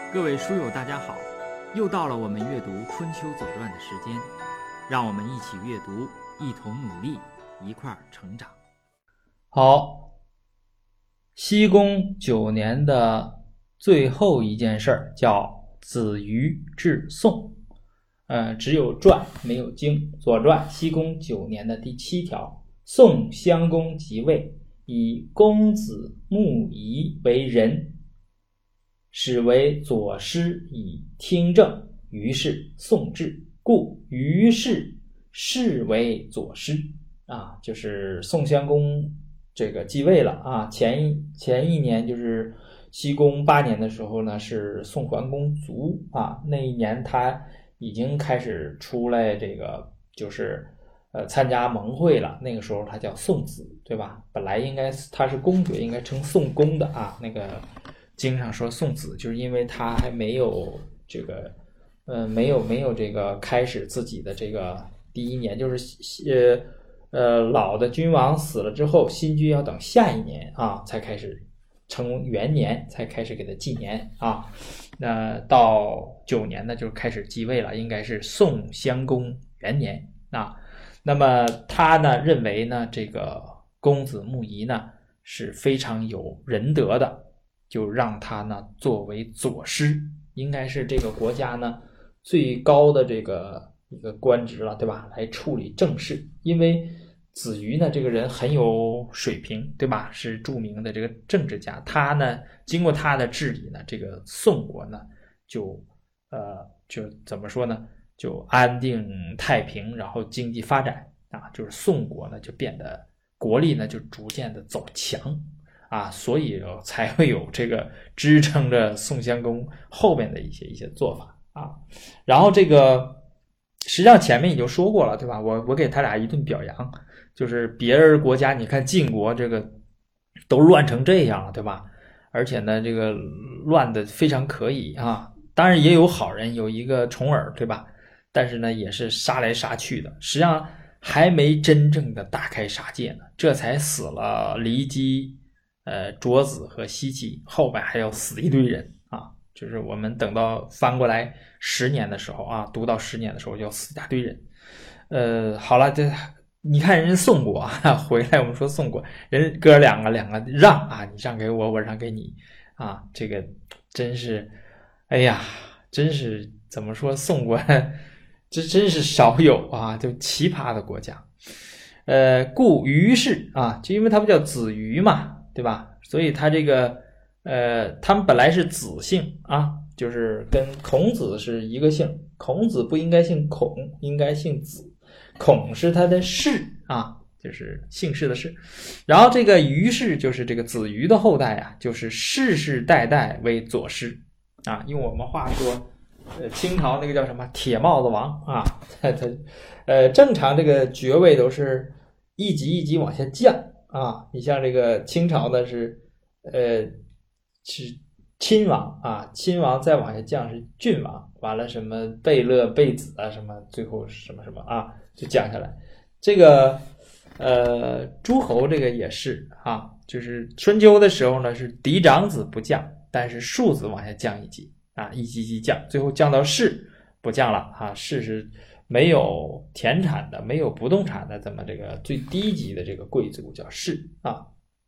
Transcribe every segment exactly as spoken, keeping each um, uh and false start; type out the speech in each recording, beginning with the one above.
各位书友大家好，又到了我们阅读春秋左传的时间，让我们一起阅读，一同努力，一块儿成长。 好，西宫九年的最后一件事儿叫子瑜至宋，呃，只有传没有经。左传西宫九年的第七条，宋襄公即位，以公子穆仪为人，始为左师以听政，于是宋制，故于是是为左师啊，就是宋襄公这个继位了啊。前一前一年就是西宫八年的时候呢，是宋桓公卒啊，那一年他已经开始出来这个就是呃参加盟会了，那个时候他叫宋子，对吧？本来应该他是公爵，应该称宋公的啊，那个经上说宋子，就是因为他还没有这个呃没有没有这个开始自己的这个第一年，就是呃呃老的君王死了之后，新君要等下一年啊才开始成元年，才开始给他纪年啊。那到九年呢就开始继位了，应该是宋襄公元年啊。那么他呢认为呢这个公子穆仪呢是非常有仁德的，就让他呢作为左师，应该是这个国家呢最高的这个一个官职了，对吧？来处理政事。因为子瑜呢这个人很有水平，对吧？是著名的这个政治家，他呢经过他的治理呢，这个宋国呢就呃就怎么说呢，就安定太平，然后经济发展啊，就是宋国呢就变得国力呢就逐渐的走强啊，所以才会有这个支撑着宋襄公后面的一些一些做法啊。然后这个实际上前面已经说过了，对吧？我我给他俩一顿表扬，就是别人国家你看晋国这个都乱成这样了，对吧？而且呢这个乱的非常可以啊，当然也有好人，有一个重耳，对吧？但是呢也是杀来杀去的，实际上还没真正的大开杀戒呢，这才死了骊姬、呃卓子和奚齐，后边还要死一堆人啊。就是我们等到翻过来十年的时候啊，读到十年的时候就要死一大堆人。呃，好了，这你看人家宋国啊，回来我们说宋国人哥两个两个让啊，你让给我，我让给你啊，这个真是，哎呀，真是怎么说，宋国这真是少有啊，就奇葩的国家。呃，故于是啊，就因为他们叫子瑜嘛，对吧？所以他这个呃，他们本来是子姓啊，就是跟孔子是一个姓，孔子不应该姓孔，应该姓子，孔是他的氏啊，就是姓氏的氏。然后这个于氏就是这个子瑜的后代啊，就是世世代代为左师啊，用我们话说呃，清朝那个叫什么铁帽子王啊，他他呃，正常这个爵位都是一级一级往下降啊。你像这个清朝的是呃是亲王啊，亲王再往下降是郡王，完了什么贝勒、贝子啊，什么最后什么什么啊，就降下来。这个呃诸侯这个也是啊，就是春秋的时候呢是嫡长子不降，但是庶子往下降一级。啊，一级级降，最后降到士不降了啊，士是没有田产的，没有不动产的，这么这个最低级的这个贵族叫士啊。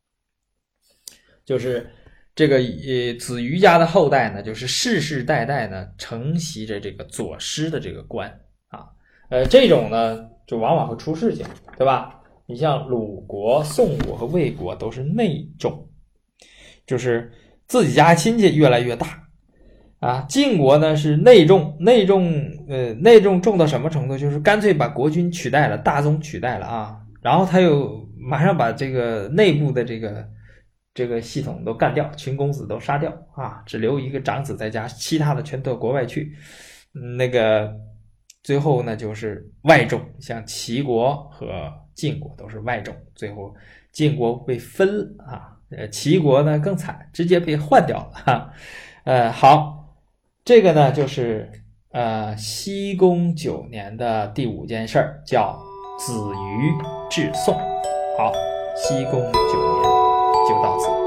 就是这个呃子瑜家的后代呢，就是世世代代呢承袭着这个左师的这个官啊，呃这种呢就往往会出事情，对吧？你像鲁国、宋国和魏国都是内重，就是自己家亲戚越来越大。啊，晋国呢是内重，内重，呃，内重重到什么程度？就是干脆把国君取代了，大宗取代了啊，然后他又马上把这个内部的这个这个系统都干掉，群公子都杀掉啊，只留一个长子在家，其他的全到国外去。那个最后呢就是外重，像齐国和晋国都是外重，最后晋国被分啊，呃，齐国呢更惨，直接被换掉了哈。呃，好。这个呢就是呃西宫九年的第五件事儿，叫子瑜至宋。好，西宫九年就到此。